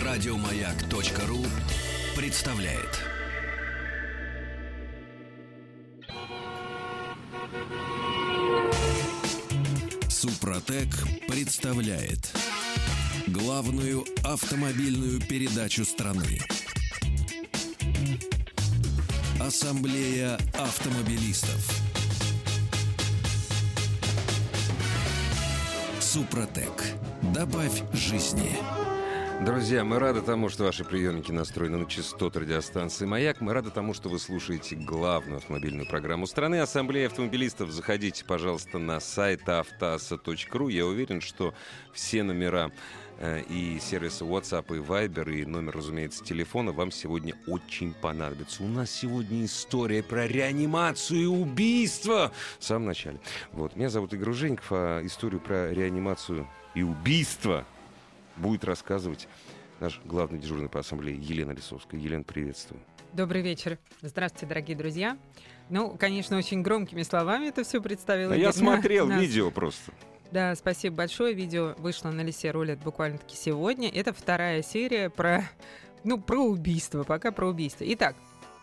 Радиомаяк.ру представляет. Супротек представляет главную автомобильную передачу страны. Ассамблея автомобилистов. Супротек. Добавь жизни. Друзья, мы рады тому, что ваши приемники настроены на частоты радиостанции «Маяк». Мы рады тому, что вы слушаете главную автомобильную программу страны «Ассамблея автомобилистов». Заходите, пожалуйста, на сайт автоаса.ру. Я уверен, что все номера и сервисы WhatsApp и Viber, и номер, разумеется, телефона вам сегодня очень понадобится. У нас сегодня история про реанимацию и убийство. В самом начале. Вот. Меня зовут Игорь Ужеников, а историю про реанимацию и убийство будет рассказывать наш главный дежурный по ассамблее Елена Лисовская. Елена, приветствую. Добрый вечер. Здравствуйте, дорогие друзья. Ну, конечно, очень громкими словами это все представила. Я смотрел видео просто. Да, спасибо большое. Видео вышло на Лисе Рулет буквально-таки сегодня. Это вторая серия про убийство. Пока про убийство. Итак,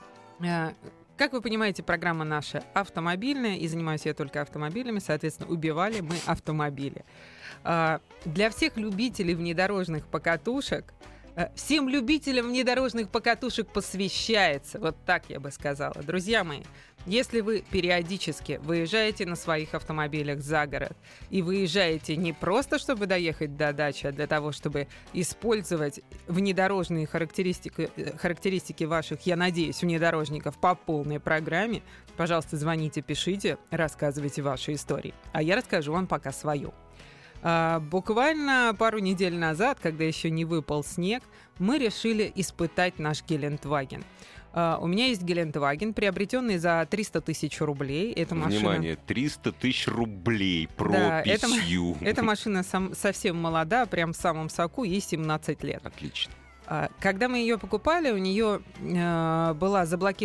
как вы понимаете, программа наша автомобильная, и занимаюсь я только автомобилями, соответственно, убивали мы автомобили. Для всех любителей внедорожных покатушек, всем любителям внедорожных покатушек посвящается, вот так я бы сказала. Друзья мои, если вы периодически выезжаете на своих автомобилях за город и выезжаете не просто, чтобы доехать до дачи, а для того, чтобы использовать внедорожные характеристики ваших, я надеюсь, внедорожников по полной программе, пожалуйста, звоните, пишите, рассказывайте ваши истории. А я расскажу вам пока свою. Буквально пару недель назад, когда еще не выпал снег, мы решили испытать наш Гелендваген. У меня есть Гелендваген, приобретенный за 300 тысяч рублей. Эта Внимание, машина... 300 тысяч рублей прописью. Да, эта машина совсем молода, прям в самом соку, ей 17 лет. Отлично. Когда мы ее покупали, у нее была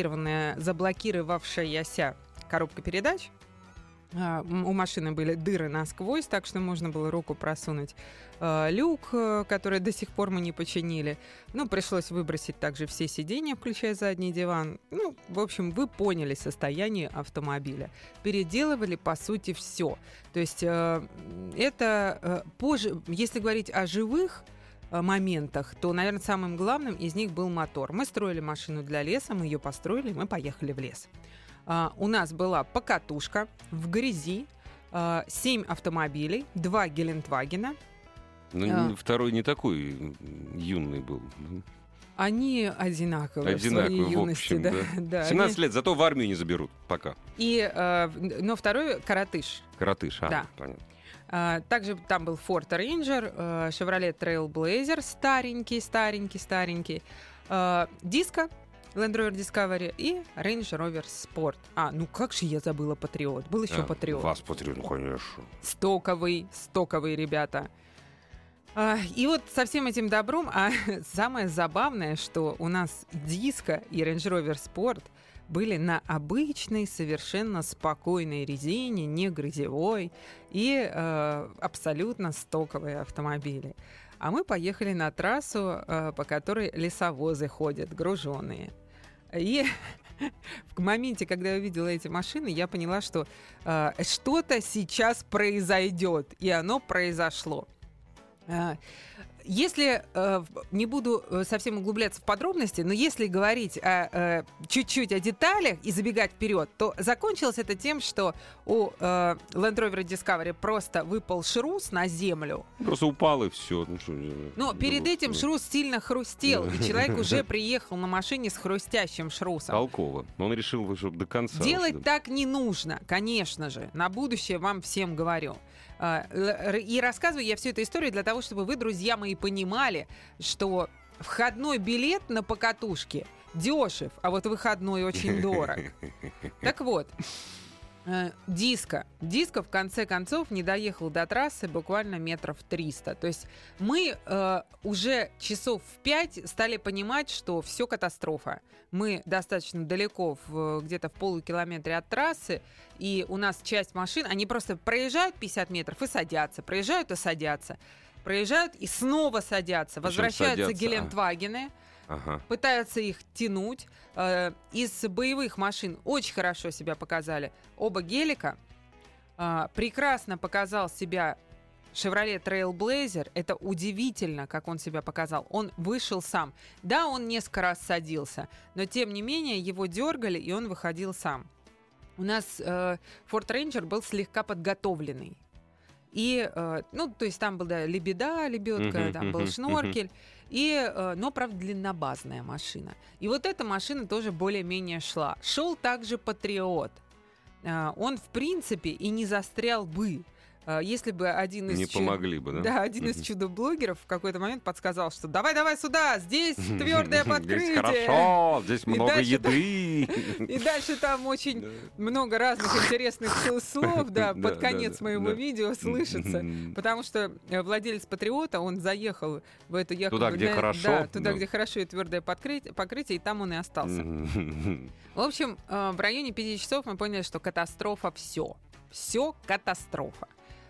заблокировавшаяся коробка передач. У машины были дыры насквозь, так что можно было руку просунуть. Люк, который до сих пор мы не починили. Пришлось выбросить также все сиденья, включая задний диван. В общем, вы поняли состояние автомобиля. Переделывали, по сути, все. То есть это позже, если говорить о живых моментах, то, наверное, самым главным из них был мотор. Мы строили машину для леса, мы ее построили, мы поехали в лес. У нас была покатушка в грязи, 7 автомобилей, 2 Гелендвагена. Второй не такой юный был. Они одинаковые в своей юности. В общем, да. 17 лет, зато в армию не заберут пока. Но второй Коротыш. Коротыш, да. Понятно. Также там был Ford Ranger, Chevrolet Trailblazer, старенький, Disco, Land Rover Discovery и Range Rover Sport. Как же я забыла Патриот. Был еще Патриот. Вас Патриот, конечно. Стоковый, ребята. И вот со всем этим добром, самое забавное, что у нас Disco и Range Rover Sport были на обычной, совершенно спокойной резине, не грязевой, и абсолютно стоковые автомобили. А мы поехали на трассу, по которой лесовозы ходят, груженые. И в моменте, когда я увидела эти машины, я поняла, что что-то сейчас произойдет, и оно произошло. Если не буду совсем углубляться в подробности, но если говорить чуть-чуть о деталях и забегать вперед, то закончилось это тем, что у Land Rover Discovery просто выпал шрус на землю. Просто упал и все. Но перед этим шрус сильно хрустел, и человек уже приехал на машине с хрустящим шрусом. Толково. Но он решил, чтобы до конца. Делать так не нужно, конечно же. На будущее вам всем говорю. И рассказываю я всю эту историю для того, чтобы вы, друзья мои, понимали, что входной билет на покатушке дешев, а вот выходной очень дорог. Так вот, Disco в конце концов не доехал до трассы буквально метров 300. То есть мы уже часов в 5 стали понимать, что все катастрофа. Мы достаточно далеко, где-то в полукилометре от трассы, и у нас часть машин, они просто проезжают 50 метров и садятся, проезжают и садятся. проезжают и снова садятся. Возвращаются садятся, Гелендвагены, пытаются их тянуть. Из боевых машин очень хорошо себя показали оба гелика. Прекрасно показал себя Chevrolet Trailblazer. Это удивительно, как он себя показал. Он вышел сам. Да, он несколько раз садился, но тем не менее его дергали, и он выходил сам. У нас Ford Ranger был слегка подготовленный. И, то есть там была лебедка, там был шноркель, но, правда, длиннобазная машина. И вот эта машина тоже более-менее шла. Шел также Патриот. Он, в принципе, и не застрял бы, если бы один из... Не помогли бы, да? Да, один из чудо-блогеров в какой-то момент подсказал, что давай сюда, здесь твердое подкрытие. Здесь хорошо, здесь много еды. И дальше там очень много разных интересных слов, под конец моего видео слышится. Потому что владелец Патриота, он заехал в эту якобы... Туда, где хорошо. Да, туда, где хорошо и твердое покрытие, и там он и остался. В общем, в районе 5 часов мы поняли, что катастрофа все. Все катастрофа.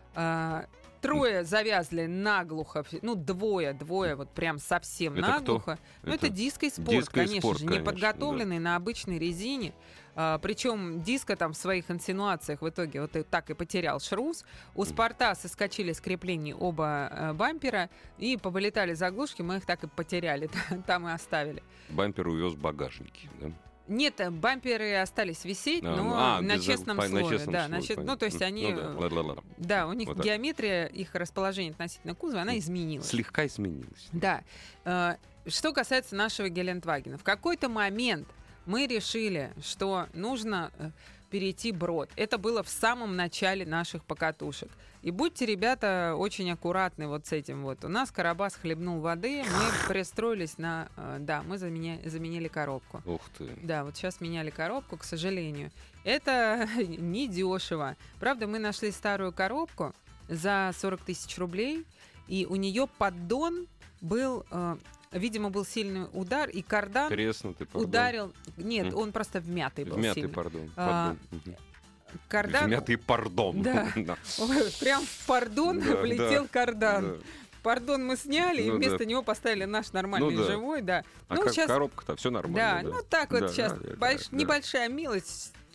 Трое завязли наглухо, двое вот прям совсем это наглухо. Это Disco Sport, конечно же, не подготовленный да. на обычной резине. Причем Disco там в своих инсинуациях в итоге вот так и потерял шрус. У Спорта соскочили с креплений оба бампера и повылетали заглушки, мы их так и потеряли, там и оставили. Бампер увез багажники, да? Нет, бамперы остались висеть, но на честном слове. То есть они... Да, у них вот геометрия, их расположение относительно кузова, она изменилась. Слегка изменилась. Да. Что касается нашего Гелендвагена. В какой-то момент мы решили, что нужно перейти брод. Это было в самом начале наших покатушек. И будьте, ребята, очень аккуратны вот с этим вот. У нас Карабас хлебнул воды, мы пристроились на... Да, мы заменили коробку. Ух ты. Да, вот сейчас меняли коробку, к сожалению. Это недешево. Правда, мы нашли старую коробку за 40 тысяч рублей, и у нее поддон был... Видимо, был сильный удар, и кардан ударил... Нет, он просто вмятый был. Вмятый, пардон. Кардан... Вмятый пардон. Да. Прям в пардон влетел кардан. Пардон мы сняли, и вместо него поставили наш нормальный живой. Да. Сейчас... коробка-то все нормально. Да, так вот сейчас небольшая мелочь. С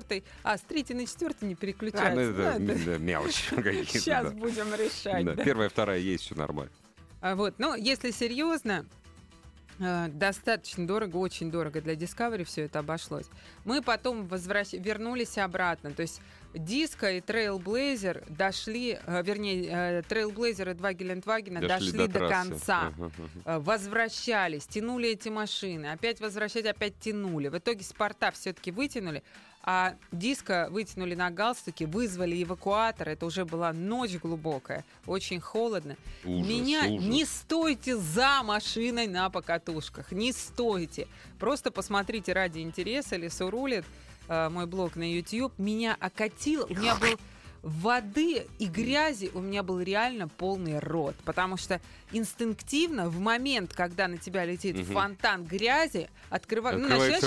3 на 4 не переключается. Это мелочь. Сейчас будем решать. 1-я, 2-я есть, все нормально. Если серьезно, достаточно дорого, очень дорого для Discovery все это обошлось. Мы потом вернулись обратно. То есть Disco и Trailblazer дошли, Trailblazer и 2 Гелендвагена дошли до конца. Возвращались, тянули эти машины, опять возвращать, опять тянули. В итоге Спорта все-таки вытянули, а Disco вытянули на галстуке, вызвали эвакуатор. Это уже была ночь глубокая, очень холодно. Ужас. Не стойте за машиной на покатушках, не стойте. Просто посмотрите ради интереса, Лесу рулит, мой блог на YouTube. Меня окатило, у меня был воды и грязи, у меня был реально полный рот, потому что инстинктивно в момент, когда на тебя летит фонтан грязи, начинаешь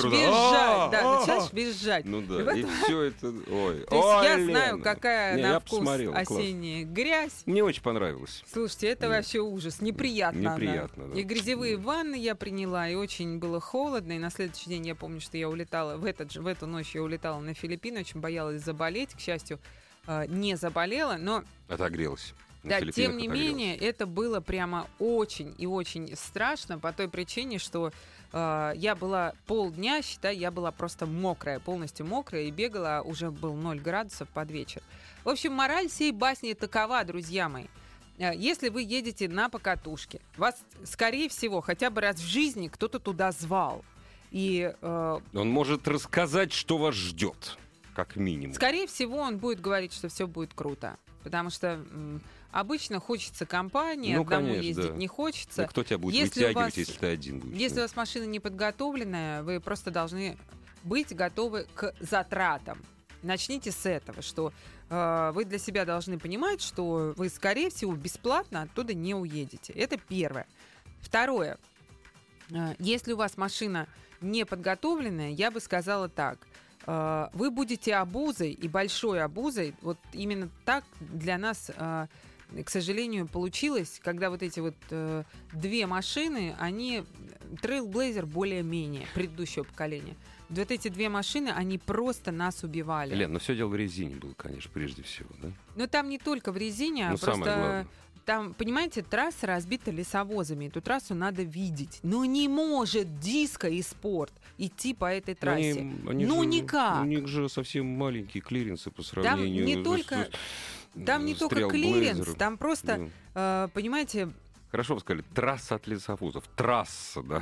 визжать. Ну да, и все это... Ой, то есть я знаю, какая на вкус осенняя грязь. Мне очень понравилось. Слушайте, это вообще ужас, неприятно. Неприятно, да. И грязевые ванны я приняла, и очень было холодно, и на следующий день я помню, что я улетала, в эту ночь я улетала на Филиппины, очень боялась заболеть, к счастью, не заболела, но... Отогрелась. Да, тем не менее, это было прямо очень и очень страшно по той причине, что я была полдня, считай, я была просто мокрая, полностью мокрая, и бегала, уже был 0 градусов под вечер. В общем, мораль всей басни такова, друзья мои. Если вы едете на покатушке, вас, скорее всего, хотя бы раз в жизни кто-то туда звал. И, он может рассказать, что вас ждет. Как минимум. Скорее всего, он будет говорить, что все будет круто. Потому что обычно хочется компании, одному ездить не хочется. Да кто тебя будет вытягивать, если ты один будешь? Если у вас машина не подготовленная, вы просто должны быть готовы к затратам. Начните с этого, что вы для себя должны понимать, что вы, скорее всего, бесплатно оттуда не уедете. Это первое. Второе. Если у вас машина не подготовленная, я бы сказала так. Вы будете обузой, и большой обузой. Вот именно так для нас к сожалению, получилось, когда вот эти вот две машины, они Trailblazer более-менее предыдущего поколения. Вот эти две машины, они просто нас убивали. Лен, но все дело в резине было, конечно, прежде всего, да? Но там не только в резине, а просто... Там, понимаете, трасса разбита лесовозами. Эту трассу надо видеть. Но не может диско и спорт идти по этой трассе. Никак. У них же совсем маленькие клиренсы по сравнению Там не только клиренс, там просто, понимаете... Хорошо вы сказали, трасса от лесовозов. Трасса, да.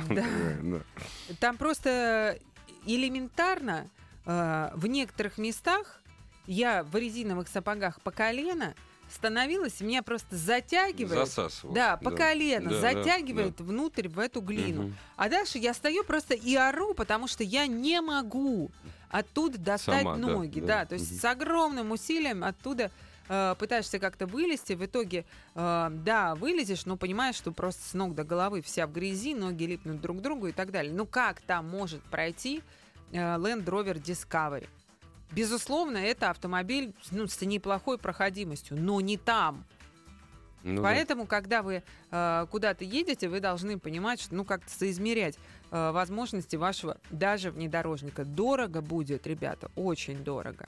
Там просто элементарно в некоторых местах я в резиновых сапогах по колено становилась, меня просто затягивает. Засасывает. Да, по колено. Затягивает внутрь в эту глину. А дальше я стою просто и ору, потому что я не могу оттуда достать ноги. Да, то есть с огромным усилием оттуда пытаешься как-то вылезти. В итоге, вылезешь, но понимаешь, что просто с ног до головы вся в грязи, ноги липнут друг к другу и так далее. Ну как там может пройти Land Rover Discovery? Безусловно, это автомобиль с неплохой проходимостью, но не там. Поэтому, когда вы куда-то едете, вы должны понимать, что как-то соизмерять возможности вашего даже внедорожника. Дорого будет, ребята, очень дорого.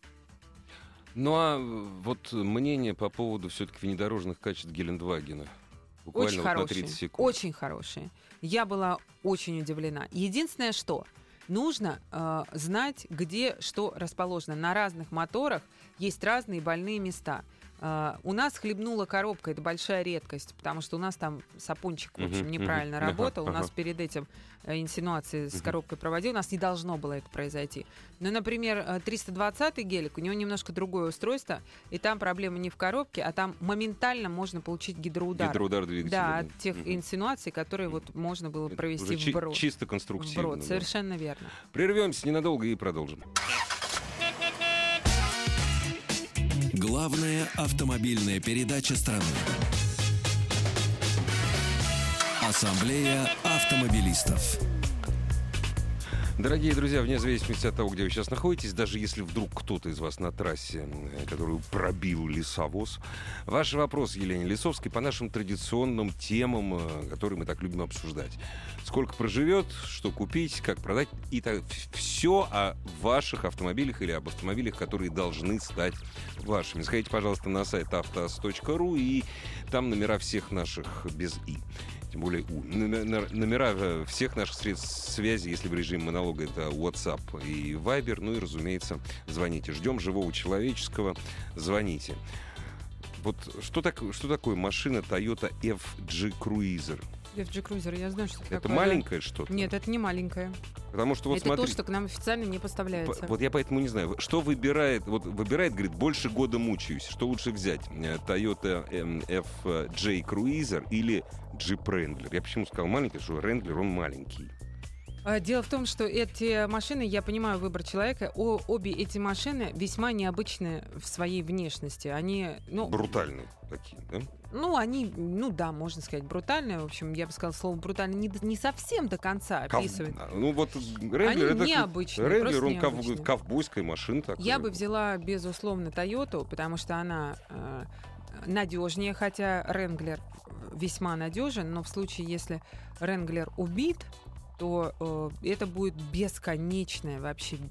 Ну а вот мнение по поводу все-таки внедорожных качеств Гелендвагена. Буквально очень хорошие, на 30 секунд. Очень хорошие. Я была очень удивлена. Единственное, что... Нужно знать, где что расположено. На разных моторах есть разные больные места. У нас хлебнула коробка, это большая редкость, потому что у нас там сапунчик, в общем, неправильно работал. У нас перед этим инсинуации с коробкой проводил, у нас не должно было это произойти. Но, например, 320-й гелик, у него немножко другое устройство, и там проблема не в коробке, а там моментально можно получить гидроудар. Гидроудар двигателя. Да, от тех инсинуаций, которые вот можно было провести в брод. Чисто конструктивно. В брод, совершенно верно. Прервемся ненадолго и продолжим. Главная автомобильная передача страны. Ассамблея автомобилистов. Дорогие друзья, вне зависимости от того, где вы сейчас находитесь, даже если вдруг кто-то из вас на трассе, которую пробил лесовоз, ваши вопросы Елене Лисовской по нашим традиционным темам, которые мы так любим обсуждать. Сколько проживет, что купить, как продать, и так все о ваших автомобилях или об автомобилях, которые должны стать вашими. Заходите, пожалуйста, на сайт автоаз.ру, и там номера всех наших без «и». Тем более номера всех наших средств связи, если в режиме монолога, это WhatsApp и Viber. Ну и, разумеется, звоните. Ждем живого человеческого. Звоните. Вот что такое машина Toyota FG Cruiser? FG Cruiser, я знаю, что это такое. Это маленькое что-то? Нет, это не маленькое. Потому что вот это смотри, то, что к нам официально не поставляется. Вот я поэтому не знаю. Что выбирает? Вот выбирает, говорит, больше года мучаюсь. Что лучше взять? Toyota FJ Cruiser или Jeep Wrangler? Я почему сказал маленький, что Wrangler, он маленький. Дело в том, что эти машины, я понимаю выбор человека, обе эти машины весьма необычные в своей внешности. Они, брутальные такие, да? Они, можно сказать, брутальные. В общем, я бы сказала, слово брутальное не совсем до конца описывает. Wrangler, это необычные, Wrangler, он ковбойская машина такая. Я бы взяла, безусловно, Toyota, потому что она надежнее, хотя Wrangler весьма надежен, но в случае, если Wrangler убит, то это будет бесконечная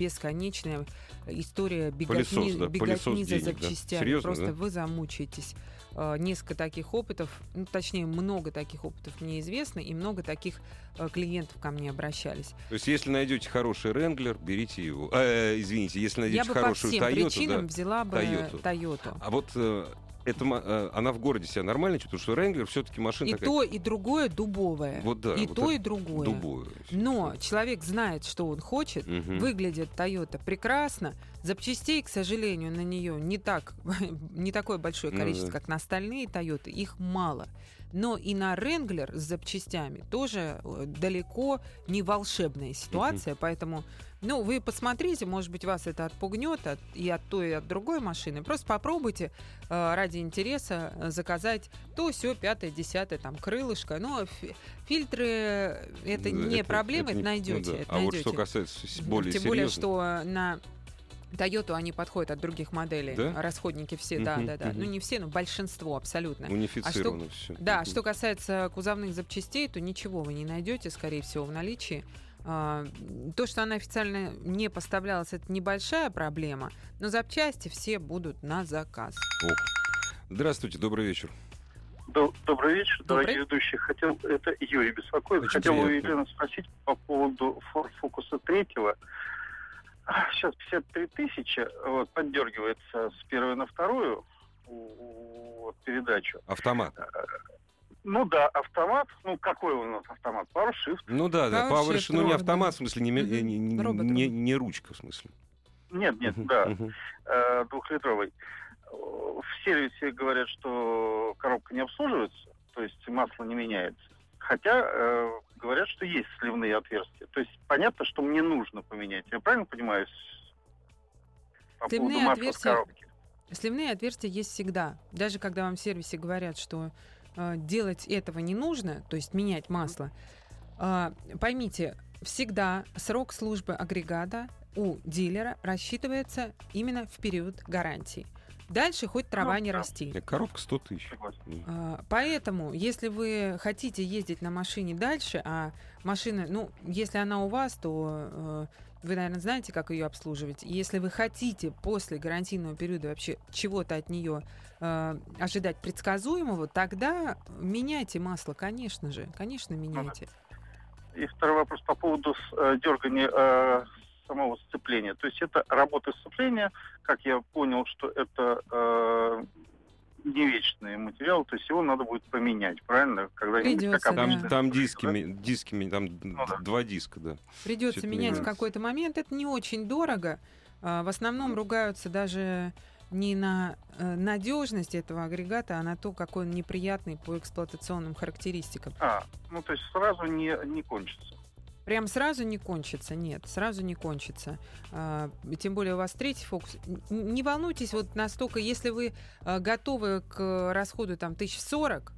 история беготни за запчастями. Да? Серьезно, просто вы замучаетесь. Несколько таких опытов, точнее, много таких опытов мне известно, и много таких клиентов ко мне обращались. То есть, если найдете хороший Wrangler, берите его. Извините, если найдете хорошую Toyota, я бы по всем причинам взяла бы Toyota. А вот она в городе себя нормально чувствует, потому что Wrangler все-таки машина такая. И то, и другое дубовое. Вот да. И то, и другое. Дубовое. Но человек знает, что он хочет, выглядит Toyota прекрасно. Запчастей, к сожалению, на нее не такое большое количество, как на остальные Toyota. Их мало. Но и на Wrangler с запчастями тоже далеко не волшебная ситуация, поэтому вы посмотрите, может быть, вас это отпугнет и от той, и от другой машины. Просто попробуйте ради интереса заказать то, сё, 5-е, 10-е, там, крылышко. Но фильтры это не проблема, это найдете. А вот что касается более Тем более, что на Toyota, они подходят от других моделей. Да? Расходники все, да. Ну, не все, но большинство абсолютно. Унифицировано все. Да, что касается кузовных запчастей, то ничего вы не найдете, скорее всего, в наличии. То, что она официально не поставлялась, это небольшая проблема, но запчасти все будут на заказ. Здравствуйте, добрый вечер. Добрый вечер, дорогие ведущие. Это Юрий беспокоит. Очень Хотел у приятно. Елены спросить по поводу Ford Focus 3. Сейчас 53 тысячи, поддергивается с первой на вторую передачу. Автомат. Ну да, автомат. Ну, какой у нас автомат? PowerShift. Ну да, PowerShift, ну не робот, автомат, да. в смысле, не ручка, в смысле. Нет, да. 2-литровый. В сервисе говорят, что коробка не обслуживается, то есть масло не меняется. Хотя говорят, что есть сливные отверстия. То есть понятно, что мне нужно поменять. Я правильно понимаю? По поводу Сливные масла в отверстия, коробке. сливные отверстия есть всегда. Даже когда вам в сервисе говорят, что делать этого не нужно, то есть менять масло, поймите, всегда срок службы агрегата у дилера рассчитывается именно в период гарантии. Дальше хоть трава не расти. Коробка 100 тысяч. Поэтому, если вы хотите ездить на машине дальше, а машина, ну, если она у вас, то вы, наверное, знаете, как ее обслуживать. Если вы хотите после гарантийного периода вообще чего-то от нее ожидать предсказуемого, тогда меняйте масло, конечно же. Конечно, меняйте. И второй вопрос по поводу дергания самого сцепления. То есть это работа сцепления, как я понял, что это не вечный материал, то есть его надо будет поменять, правильно? Придется, да. Там дисками, там 2 диска, да. Придется Всё это менять в меняется. какой-то момент. Это не очень дорого. В основном ругаются даже не на надежность этого агрегата, а на то, какой он неприятный по эксплуатационным характеристикам. Ну то есть сразу не кончится. Прям сразу не кончится, нет, сразу не кончится. Тем более у вас третий фокус. Не волнуйтесь вот настолько, если вы готовы к расходу там 1040,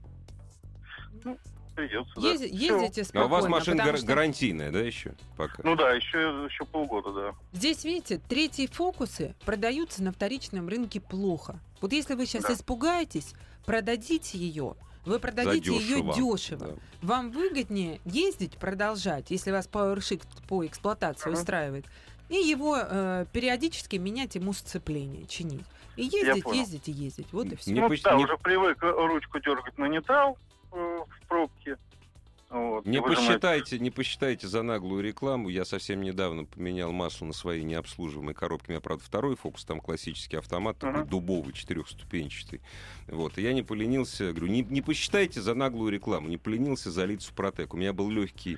Придется, да. ездите А спокойно. у вас машина потому что гарантийная, да, еще пока? Ну да, еще полгода, да. здесь, видите, третьи фокусы продаются на вторичном рынке плохо. Вот если вы сейчас Да. испугаетесь, продадите ее. Вы продадите ее дешево. Да. Вам выгоднее ездить, продолжать, если вас PowerShift по эксплуатации устраивает, и его периодически менять ему сцепление, чинить. И ездить. Вот и все. Уже привык ручку дергать на нейтрал в пробке. Не посчитайте за наглую рекламу. Я совсем недавно поменял масло на своей необслуживаемой коробке. У меня, правда, второй фокус, там классический автомат, такой дубовый, 4-ступенчатый. И я не поленился, говорю, не посчитайте за наглую рекламу, не поленился залить Супротек. У меня был легкий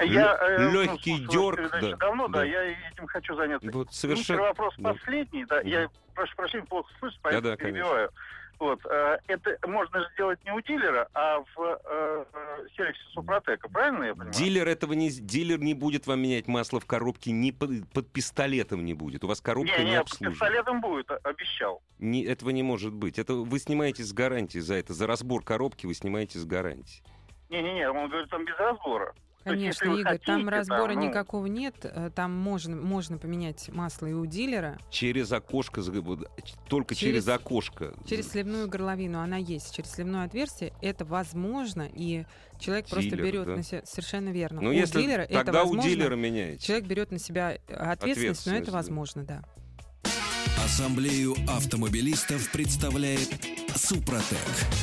дерг. Я этим хочу заняться. Вот совершенно. Вопрос последний, да, я прошу прощения, плохо слышу, поэтому перебиваю. Это можно сделать не у дилера, а в сервисе Супротека, правильно я понимаю? Дилер не будет вам менять масло в коробке, ни под пистолетом не будет. У вас коробка не обслужена. Под пистолетом будет, обещал. Этого не может быть. Это вы снимаете с гарантии за это. За разбор коробки вы снимаете с гарантии. Не, он говорит, там без разбора. Конечно, Игорь, там разбора никакого нет. Там можно поменять масло и у дилера. Через окошко, только через окошко. Через сливную горловину она есть. Через сливное отверстие это возможно, и человек просто берет на себя... Совершенно верно. Но у если дилера тогда это возможно. У дилера меняете. Человек берет на себя ответственность, но это возможно, да. Ассамблею автомобилистов представляет Супротек.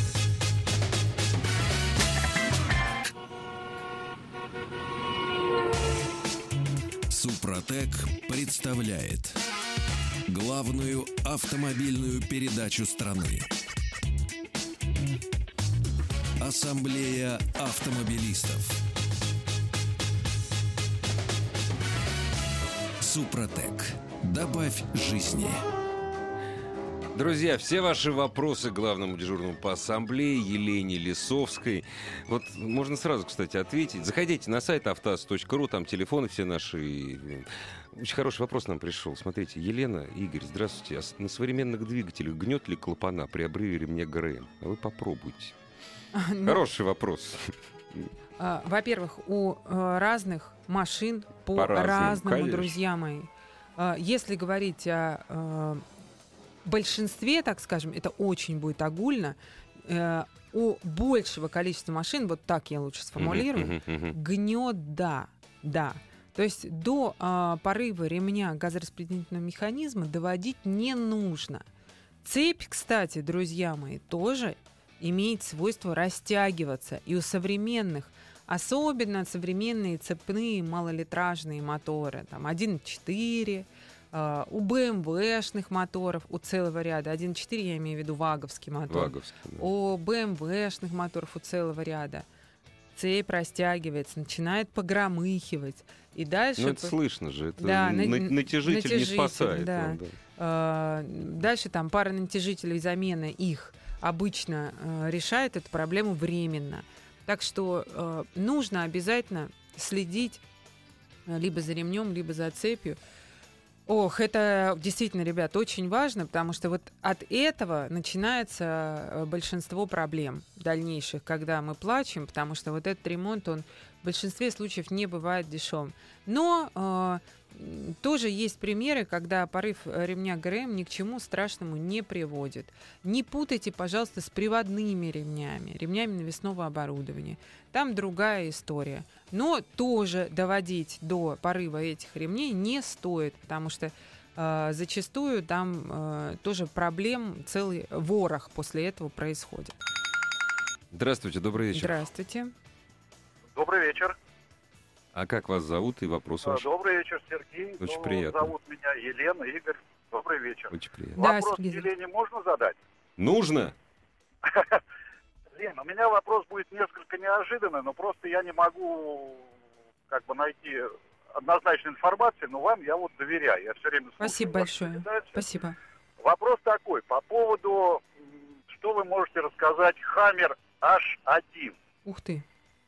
Супротек представляет главную автомобильную передачу страны. Ассамблея автомобилистов. Супротек. Добавь жизни. Друзья, все ваши вопросы главному дежурному по ассамблее Елене Лисовской. Вот можно сразу, кстати, ответить. Заходите на сайт автоаз.ру, там телефоны все наши. Очень хороший вопрос нам пришел. Смотрите, Елена, Игорь, здравствуйте. На современных двигателях гнет ли клапана при обрыве ремня ГРМ? А вы попробуйте. Хороший вопрос. Во-первых, у разных машин по-разному, друзья мои. Если говорить о большинстве, так скажем, это очень будет огульно, у большего количества машин, вот так я лучше сформулирую, гнет да. То есть до порыва ремня газораспределительного механизма доводить не нужно. Цепь, кстати, друзья мои, тоже имеет свойство растягиваться. И у современных, особенно современные цепные малолитражные моторы, там 1.4, у БМВшных моторов, у целого ряда, 1.4 я имею в виду ваговский мотор, у БМВшных моторов, у целого ряда, цепь растягивается, начинает погромыхивать. И дальше... Ну, это слышно же, это натяжитель не спасает. Да. Дальше там пара натяжителей, замена их обычно решает эту проблему временно. Так что нужно обязательно следить либо за ремнем, либо за цепью. Ох, это действительно, ребят, очень важно, потому что вот от этого начинается большинство проблем дальнейших, когда мы плачем, потому что вот этот ремонт, он в большинстве случаев не бывает дешевым. Но тоже есть примеры, когда порыв ремня ГРМ ни к чему страшному не приводит. Не путайте, пожалуйста, с приводными ремнями навесного оборудования. Там другая история. Но тоже доводить до порыва этих ремней не стоит, потому что зачастую там тоже проблем целый ворох после этого происходит. Здравствуйте, добрый вечер. Здравствуйте. Добрый вечер. А как вас зовут и вопрос ваш? Добрый вечер, Сергей. Очень приятно. Зовут меня Елена, Игорь. Добрый вечер. Очень приятно. Да, Вопрос Сергей. Елене можно задать? Нужно? Лен, у меня вопрос будет несколько неожиданный, но просто я не могу найти однозначной информации, но вам я вот доверяю. Я все время слушаю. Спасибо большое. Спасибо. Вопрос такой, по поводу, что вы можете рассказать Hammer H1? Ух ты.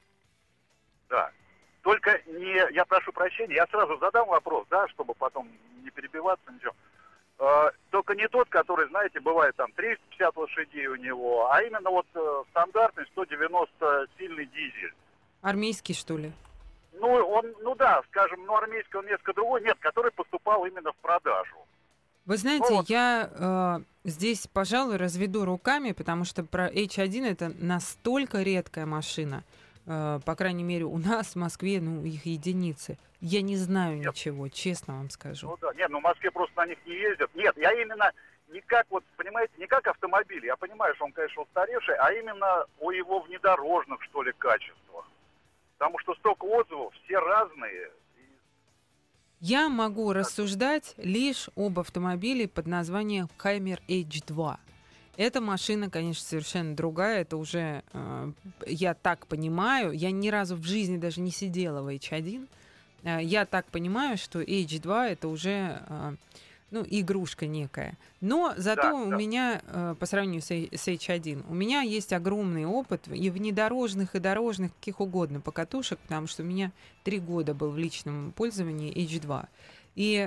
Да. Только не, я прошу прощения, я сразу задам вопрос, да, чтобы потом не перебиваться, ничего. Только не тот, который, знаете, бывает там 350 лошадей у него, а именно вот стандартный 190-сильный дизель. Армейский, что ли? Армейский он несколько другой, нет, который поступал именно в продажу. Вы знаете, я здесь, пожалуй, разведу руками, потому что про H1 это настолько редкая машина. По крайней мере, у нас в Москве, их единицы. Я не знаю ничего, честно вам скажу. В Москве просто на них не ездят. Нет, я именно не как, понимаете, не как автомобиль. Я понимаю, что он, конечно, устаревший, а именно о его внедорожных, что ли, качествах. Потому что столько отзывов, все разные. Я могу рассуждать лишь об автомобиле под названием Hammer H2. Эта машина, конечно, совершенно другая. Это уже, я так понимаю, я ни разу в жизни даже не сидела в H1. Я так понимаю, что H2 это уже игрушка некая. Но зато у меня, по сравнению с H1, у меня есть огромный опыт и внедорожных, и дорожных, каких угодно покатушек, потому что у меня 3 года был в личном пользовании H2. И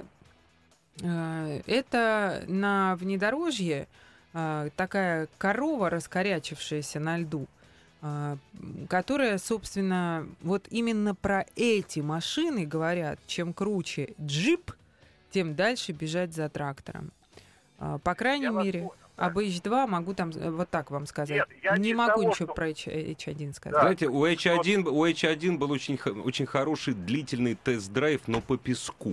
это на внедорожье такая корова, раскорячившаяся на льду, которая, собственно, вот именно про эти машины говорят, чем круче джип, тем дальше бежать за трактором. По крайней мере, об H2 могу там вот так вам сказать. Нет, не могу ничего про H1 сказать. Да. Знаете, у H1 был очень хороший длительный тест-драйв, но по песку.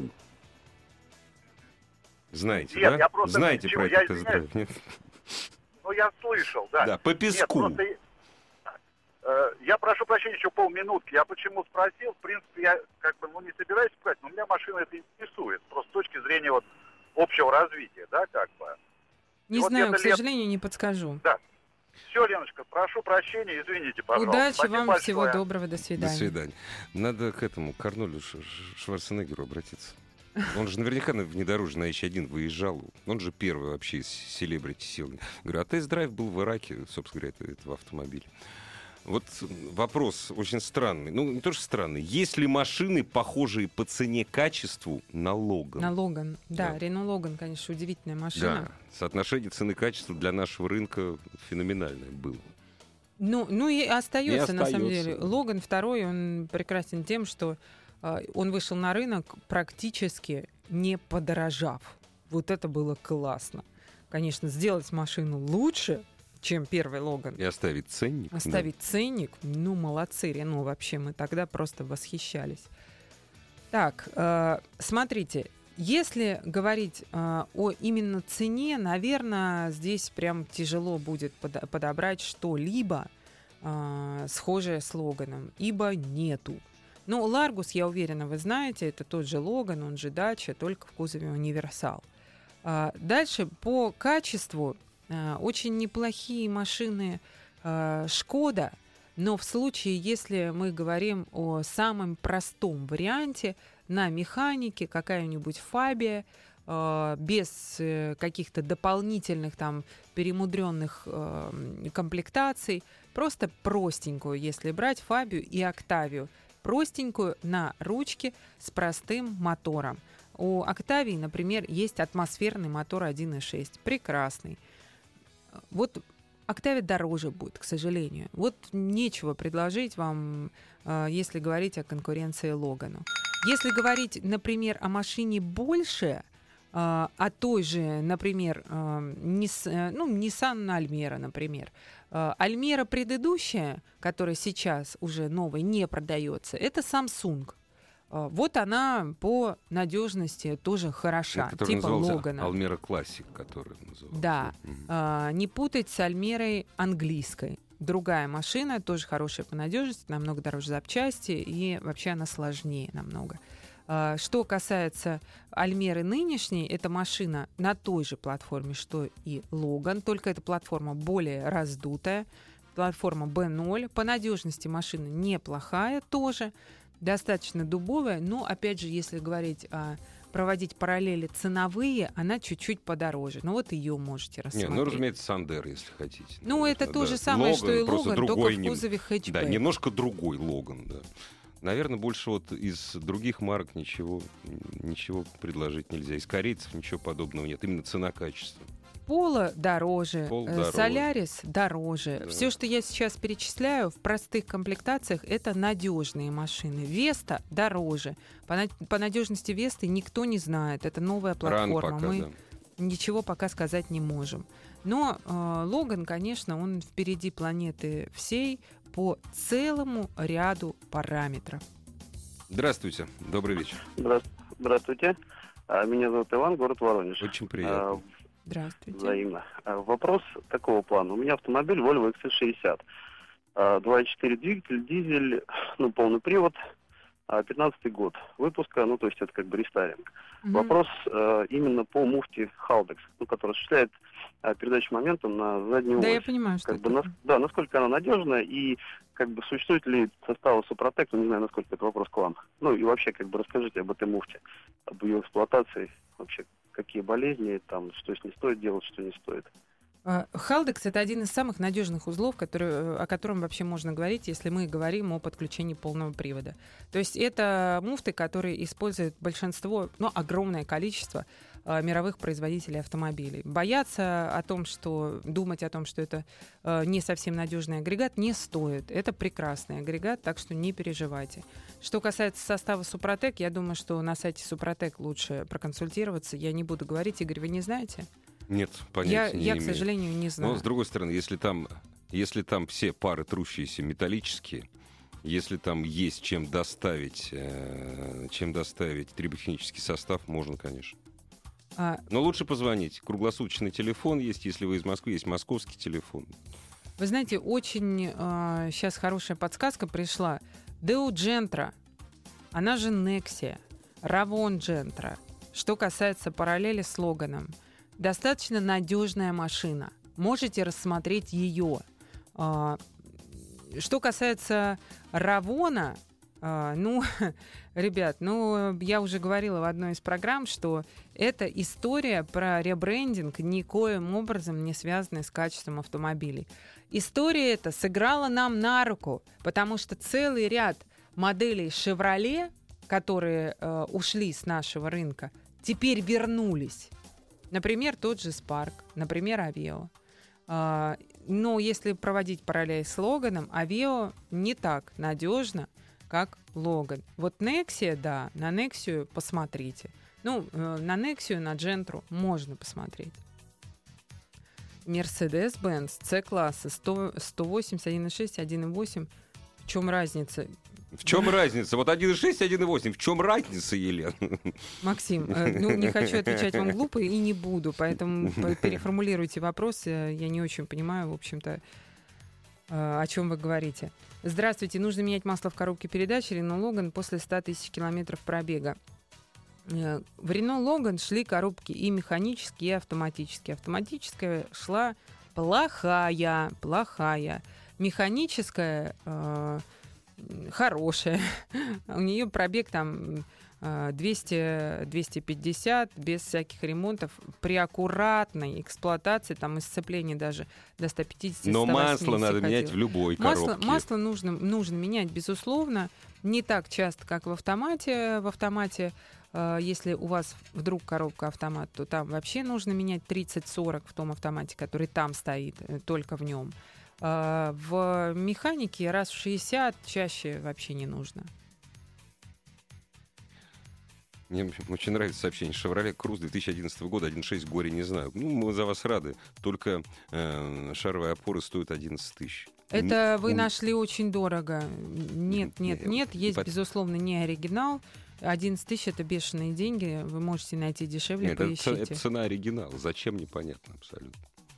Знаете, нет, да? Я Знаете про этот тест-драйв, нет? Я слышал, да. Да, по песку. Нет, я прошу прощения, еще полминутки. Я почему спросил, в принципе, я не собираюсь сказать, но меня машина это интересует. Просто с точки зрения общего развития, да, Не знаю, к сожалению, не подскажу. Да. Все, Леночка, прошу прощения, извините, пожалуйста. Удачи Спасибо вам, большое. всего доброго, до свидания. До свидания. Надо к Арнольду Шварценеггеру обратиться. Он же наверняка на внедорожье на H1 выезжал. Он же первый вообще из селебрити сел. Говорю, а тест-драйв был в Ираке, собственно говоря, этого автомобиля. Вот вопрос очень странный. Не то, что странный. Есть ли машины, похожие по цене-качеству на Логан? На Логан, да. Рено Логан, конечно, удивительная машина. Да, соотношение цены-качества для нашего рынка феноменальное было. И остается, на самом деле. Логан второй, он прекрасен тем, что он вышел на рынок практически не подорожав. Вот это было классно. Конечно, сделать машину лучше, чем первый Логан. И оставить ценник. Оставить ценник. Ну, молодцы, Рено. Вообще, мы тогда просто восхищались. Так, смотрите. Если говорить о именно цене, наверное, здесь прям тяжело будет подобрать что-либо схожее с Логаном, ибо нету. Ну, Ларгус, я уверена, вы знаете, это тот же Логан, он же Дача, только в кузове универсал. Дальше по качеству очень неплохие машины Шкода, но в случае, если мы говорим о самом простом варианте, на механике какая-нибудь Фабия, без каких-то дополнительных там перемудренных комплектаций, просто простенькую, если брать Фабию и Октавию, простенькую на ручке с простым мотором. У Октавии, например, есть атмосферный мотор 1.6, прекрасный. Вот Октавия дороже будет, к сожалению. Вот нечего предложить вам, если говорить о конкуренции Логану. Если говорить, например, о машине больше, о той же, например, Nissan Almera, например. Almera предыдущая, которая сейчас уже новая, не продается, это Samsung. Вот она по надежности тоже хороша, это, типа Логана. Almera Classic, который называется. Да, не путать с Альмерой английской. Другая машина, тоже хорошая по надежности, намного дороже запчасти, и вообще она сложнее намного. Что касается Альмеры нынешней, эта машина на той же платформе, что и Логан, только эта платформа более раздутая, платформа B0. По надежности машина неплохая тоже, достаточно дубовая, но, опять же, если говорить проводить параллели ценовые, она чуть-чуть подороже. Ну вот ее можете рассмотреть. Не, разумеется, Сандер, если хотите. Ну, конечно, это то же самое, Логан, что и Логан, только другой, в кузове хэтчбэк. Да, немножко другой Логан, да. Наверное, больше вот из других марок ничего предложить нельзя. Из корейцев ничего подобного нет. Именно цена-качество. Пола дороже, Солярис дороже. Да. Все, что я сейчас перечисляю, в простых комплектациях, это надежные машины. Веста дороже. По надежности Весты никто не знает. Это новая платформа. Рано пока, мы ничего пока сказать не можем. Но Логан, конечно, он впереди планеты всей по целому ряду параметров. Здравствуйте, добрый вечер. Здравствуйте. Меня зовут Иван, город Воронеж. Очень приятно. Здравствуйте. Взаимно. Вопрос такого плана. У меня автомобиль Volvo XC60. 2.4 двигатель, дизель, полный привод, 15-й год выпуска, то есть это как бы рестайлинг. Вопрос именно по муфте Haldex, который осуществляет передачу момента на заднюю ось. Да, я понимаю, что это. Насколько она надежна и существует ли состава Супротек, не знаю, насколько это вопрос к вам. И вообще расскажите об этой муфте, об ее эксплуатации, вообще какие болезни, что с ней стоит делать, что не стоит. Haldex — это один из самых надежных узлов, о котором вообще можно говорить, если мы говорим о подключении полного привода. То есть это муфты, которые используют большинство, огромное количество мировых производителей автомобилей. Думать о том, что это не совсем надежный агрегат, не стоит. Это прекрасный агрегат, так что не переживайте. Что касается состава Супротек, я думаю, что на сайте Супротек лучше проконсультироваться. Я не буду говорить. Игорь, вы не знаете? Нет, понятия не имею. Я, к сожалению, не знаю. Но, с другой стороны, если там все пары трущиеся металлические, если там есть чем доставить триботехнический состав, можно, конечно. Но лучше позвонить. Круглосуточный телефон есть, если вы из Москвы, есть московский телефон. Вы знаете, очень сейчас хорошая подсказка пришла. Део Джентра, она же Nexia, Ravon Джентра. Что касается параллели с Логаном, достаточно надежная машина. Можете рассмотреть ее. Что касается Равона, ребят, я уже говорила в одной из программ, что это история про ребрендинг, никоим образом не связанная с качеством автомобилей. История эта сыграла нам на руку, потому что целый ряд моделей Chevrolet, которые ушли с нашего рынка, теперь вернулись. Например, тот же Spark, например, Aveo. Но если проводить параллель с Логаном, Aveo не так надежно, как Логан. Вот Nexia, да, на Nexia посмотрите. Ну, на Nexia, на Gentra можно посмотреть. Mercedes-Benz C-класса 180, 1.6, 1.8. В чем разница? В чем разница? Вот 1.6, 1.8. В чем разница, Елена? Максим, ну, не хочу отвечать вам глупо и не буду, поэтому переформулируйте вопрос. Я не очень понимаю, в общем-то, о чем вы говорите. Здравствуйте. Нужно менять масло в коробке передач Renault Logan после 100 тысяч километров пробега. В Renault Logan шли коробки и механические, и автоматические. Автоматическая шла плохая. Механическая хорошая. У нее пробег там 200-250 без всяких ремонтов при аккуратной эксплуатации, там и сцеплении даже до 150. Но масло надо менять в любой коробке. Масло нужно менять, безусловно, не так часто, как в автомате. В автомате, если у вас вдруг коробка автомат, то там вообще нужно менять 30-40 в том автомате, который там стоит, только в нем. В механике раз в 60 чаще вообще не нужно. Мне очень нравится сообщение. Chevrolet Cruze 2011 года, 1.6, горе не знаю. Ну, мы за вас рады. Только шаровые опоры стоят 11 тысяч. Это вы нашли очень дорого. Нет. Есть, безусловно, не оригинал. 11 тысяч — это бешеные деньги. Вы можете найти дешевле, Нет, поищите. это цена оригинала. Зачем, непонятно абсолютно.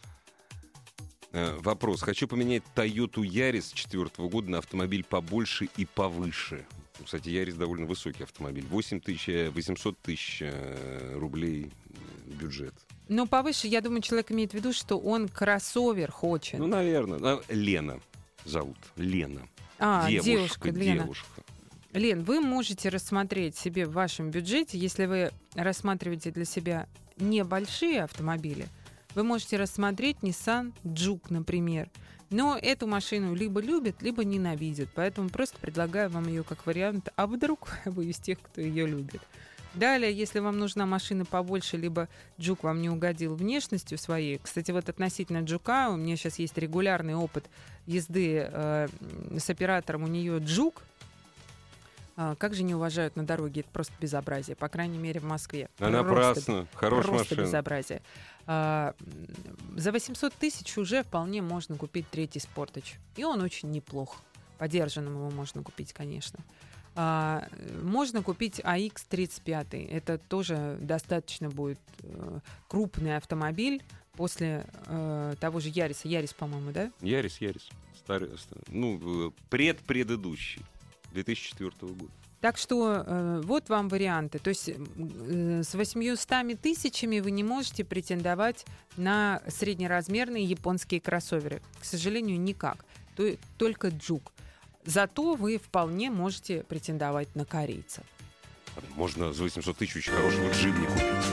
Вопрос. Хочу поменять Toyota Yaris 2004 года на автомобиль побольше и повыше. Кстати, Yaris довольно высокий автомобиль. 800 тысяч рублей бюджет. Но повыше, я думаю, человек имеет в виду, что он кроссовер хочет. Ну, наверное. Лена зовут. Лена. Девушка. Лен, вы можете рассмотреть себе в вашем бюджете, если вы рассматриваете для себя небольшие автомобили, вы можете рассмотреть Nissan Juke, например. Но эту машину либо любят, либо ненавидят. Поэтому просто предлагаю вам ее как вариант. А вдруг вы из тех, кто ее любит. Далее, если вам нужна машина побольше, либо Juke вам не угодил внешностью своей. Кстати, вот относительно Juke, у меня сейчас есть регулярный опыт езды с оператором у нее Juke. Как же не уважают на дороге? Это просто безобразие. По крайней мере, в Москве. Напрасно. Хорошая машина. Просто безобразие. За 800 тысяч уже вполне можно купить третий Sportage. И он очень неплох. Подержанным его можно купить, конечно. Можно купить AX35. Это тоже достаточно будет крупный автомобиль после того же Яриса. Ярис, по-моему, да? Ярис. Старый, предыдущий. 2004 года. Так что вот вам варианты. То есть с 800 тысячами вы не можете претендовать на среднеразмерные японские кроссоверы. К сожалению, никак. Только Juke. Зато вы вполне можете претендовать на корейцев. Можно за 800 тысяч очень хорошего джипни купить.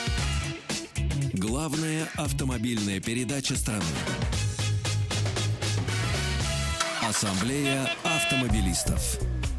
Главная автомобильная передача страны. Ассамблея автомобилистов.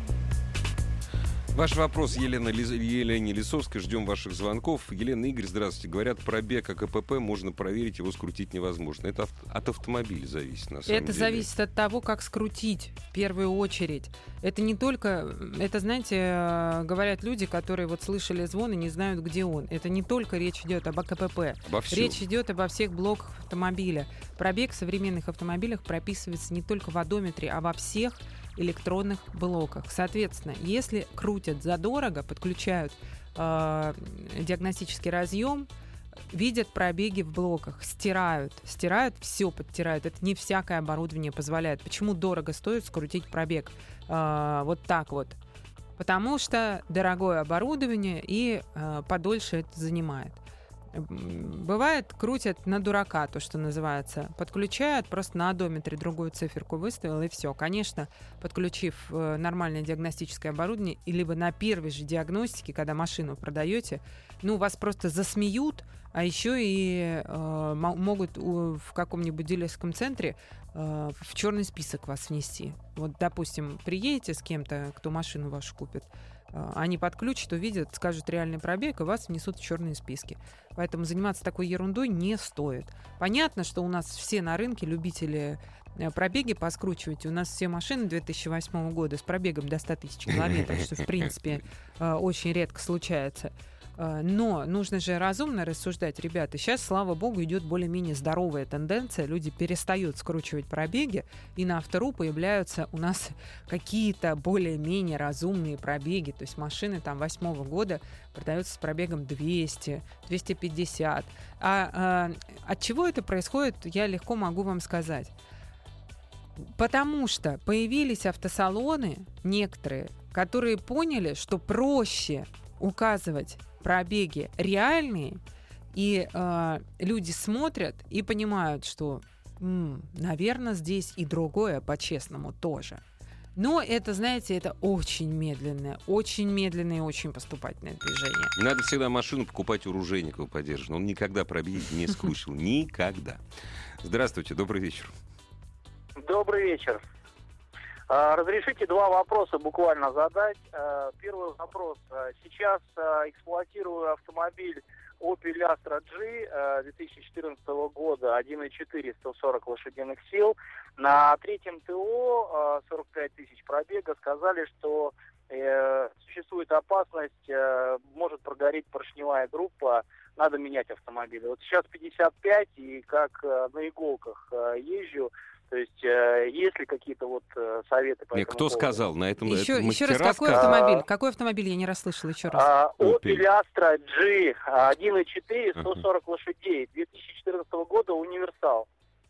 Ваш вопрос Елене Лисовской. Ждем ваших звонков. Елена, Игорь, здравствуйте. Говорят, пробег АКПП можно проверить, его скрутить невозможно. Это от автомобиля зависит, на самом деле. Это зависит от того, как скрутить, в первую очередь. Это не только... Это, знаете, говорят люди, которые вот слышали звон и не знают, где он. Это не только речь идет об АКПП. Речь идет обо всех блоках автомобиля. Пробег в современных автомобилях прописывается не только в одометре, а во всех электронных блоках. Соответственно, если крутят задорого, подключают диагностический разъем, видят пробеги в блоках, стирают, все подтирают. Это не всякое оборудование позволяет. Почему дорого стоит скрутить пробег вот так вот? Потому что дорогое оборудование и подольше это занимает. Бывает, крутят на дурака, то, что называется. Подключают, просто на одометре другую циферку выставил, и все. Конечно, подключив нормальное диагностическое оборудование, и либо на первой же диагностике, когда машину продаете, вас просто засмеют, а еще и могут в каком-нибудь дилерском центре в черный список вас внести. Вот, допустим, приедете с кем-то, кто машину вашу купит, они подключат, увидят, скажут реальный пробег, и вас внесут в черные списки. Поэтому заниматься такой ерундой не стоит. Понятно, что у нас все на рынке любители пробеги поскручивать. У нас все машины 2008 года с пробегом до 100 тысяч километров, что, в принципе, очень редко случается. Но нужно же разумно рассуждать, ребята. Сейчас, слава богу, идет более-менее здоровая тенденция. Люди перестают скручивать пробеги, и на автору появляются у нас какие-то более-менее разумные пробеги. То есть машины там 2008 года продаются с пробегом 200, 250. От чего это происходит, я легко могу вам сказать. Потому что появились автосалоны некоторые, которые поняли, что проще указывать пробеги реальные, и люди смотрят и понимают, что, наверное, здесь и другое по-честному тоже. Но это, знаете, это очень медленное и очень поступательное движение. Надо всегда машину покупать у Ружейникова подержанную. Он никогда пробеги не скручивал. Никогда. Здравствуйте, добрый вечер. Добрый вечер. Разрешите два вопроса буквально задать. Первый вопрос. Сейчас эксплуатирую автомобиль Opel Astra G 2014 года, 1.4, 140 лошадиных сил. На третьем ТО 45 тысяч пробега сказали, что существует опасность, может прогореть поршневая группа, надо менять автомобиль. Вот сейчас 55, и как на иголках езжу. То есть, есть ли какие-то вот советы по этому Кто поводу? сказал? На этом Еще раз, какой сказали? автомобиль? Какой автомобиль? Я не расслышала еще раз. Opel Astra G 1.4, 140 лошадей, 2014 года, универсал.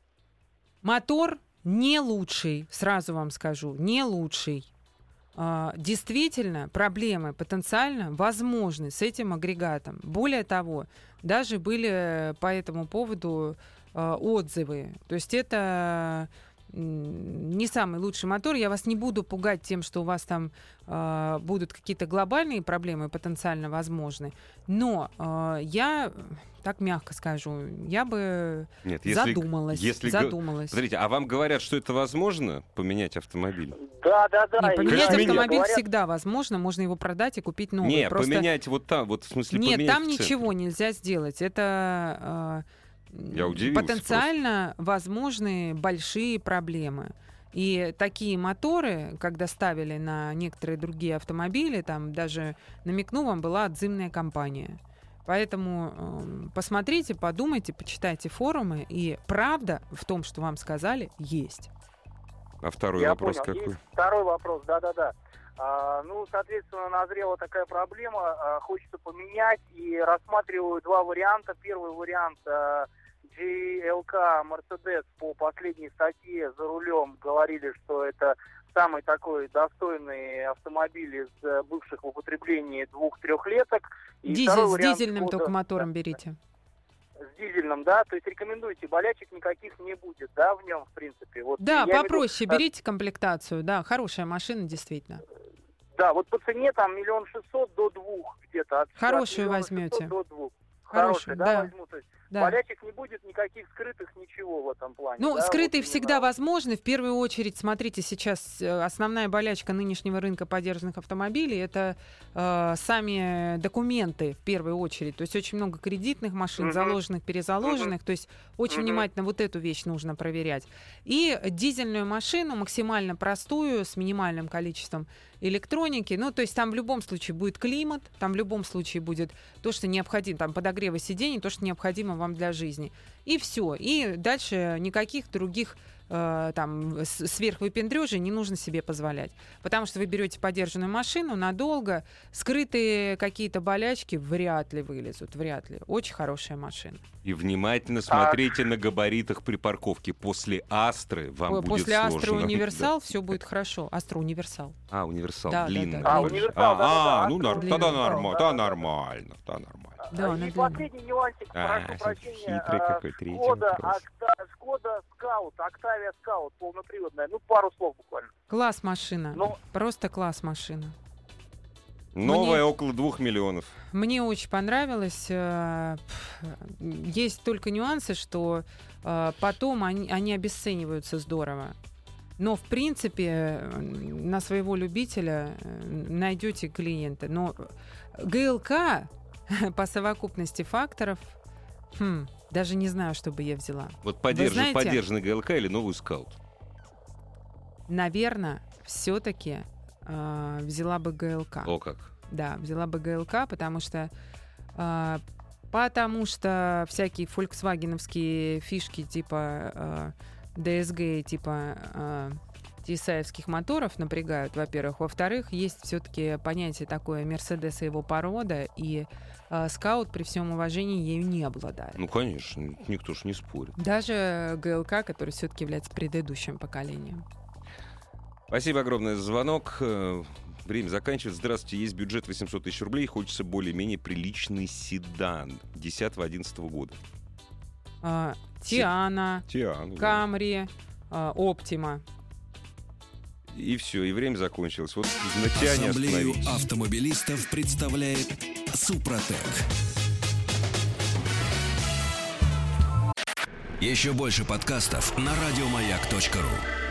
Мотор не лучший, сразу вам скажу, не лучший. Действительно, проблемы потенциально возможны с этим агрегатом. Более того, даже были по этому поводу отзывы. То есть это не самый лучший мотор. Я вас не буду пугать тем, что у вас там будут какие-то глобальные проблемы потенциально возможны. Но я, так мягко скажу, я бы задумалась. Смотрите, а вам говорят, что это возможно, поменять автомобиль? Да. Поменять автомобиль всегда возможно. Можно его продать и купить новый. Нет, поменять вот там, вот в смысле Нет, поменять там в центре. ничего нельзя сделать. Это потенциально возможные большие проблемы. И такие моторы, когда ставили на некоторые другие автомобили, там даже, намекну вам, была отзывная компания. Поэтому посмотрите, подумайте, почитайте форумы, и правда в том, что вам сказали, есть. А второй Я вопрос понял. какой? И второй вопрос, да. Соответственно, назрела такая проблема, хочется поменять, и рассматриваю два варианта. Первый вариант GLK Mercedes, по последней статье за рулем говорили, что это самый такой достойный автомобиль из бывших в употреблении 2-3-леток. С дизельным только мотором берите. С дизельным, да, то есть рекомендуйте, болячек никаких не будет, да, в нем, в принципе. Вот, да, попроще, берите комплектацию, да, хорошая машина, действительно. Да, вот по цене там 1 600 000 до 2 где-то. Хорошую возьмете. До 2. Хорошую, да. Возьму, то есть да. Болячек не будет, никаких скрытых, ничего в этом плане. Ну, да, скрытые вот всегда возможны. В первую очередь, смотрите, сейчас основная болячка нынешнего рынка подержанных автомобилей — это сами документы, в первую очередь. То есть очень много кредитных машин, заложенных, перезаложенных. То есть очень внимательно вот эту вещь нужно проверять. И дизельную машину, максимально простую, с минимальным количеством электроники. Ну, то есть там в любом случае будет климат, там в любом случае будет то, что необходимо, там подогревы сидений, то, что необходимо вам для жизни. И все. И дальше никаких других там сверхвыпендрёжей не нужно себе позволять. Потому что вы берете подержанную машину надолго, скрытые какие-то болячки вряд ли вылезут, вряд ли. Очень хорошая машина. И внимательно смотрите на габаритах при парковке. После Астры вам будет сложно. После Астры Универсал все будет хорошо. Астра Универсал. Универсал, да, длинный. Да. Универсал, тогда нормально. Да, и последний нюансик, прошу прощения. Шкода Скаут, Октавия Скаут, полноприводная. Ну, пару слов буквально. Класс машина. Просто класс машина. Новая около 2 миллионов. Мне очень понравилось. Есть только нюансы, что потом они обесцениваются здорово. Но, в принципе, на своего любителя найдете клиента. Но ГЛК по совокупности факторов, даже не знаю, что бы я взяла. Вот подержанный ГЛК или новый Скаут? Наверное, все-таки взяла бы ГЛК. О как. Да, взяла бы ГЛК, потому что Потому что всякие фольксвагеновские фишки типа DSG, типа TSI-евских моторов напрягают, во-первых. Во-вторых, есть все-таки понятие такое Мерседес и его порода, и Скаут при всем уважении ею не обладает. Ну, конечно, никто ж не спорит. Даже ГЛК, который все-таки является предыдущим поколением. Спасибо огромное за звонок. Время заканчивается. Здравствуйте, есть бюджет 800 тысяч рублей, хочется более-менее приличный седан 10-11 года. Тиана, Камри, Оптима. И все, и время закончилось. Вот на Тиане Ассамблею остановились. автомобилистов представляет Супротек. Еще больше подкастов на радиомаяк.ру.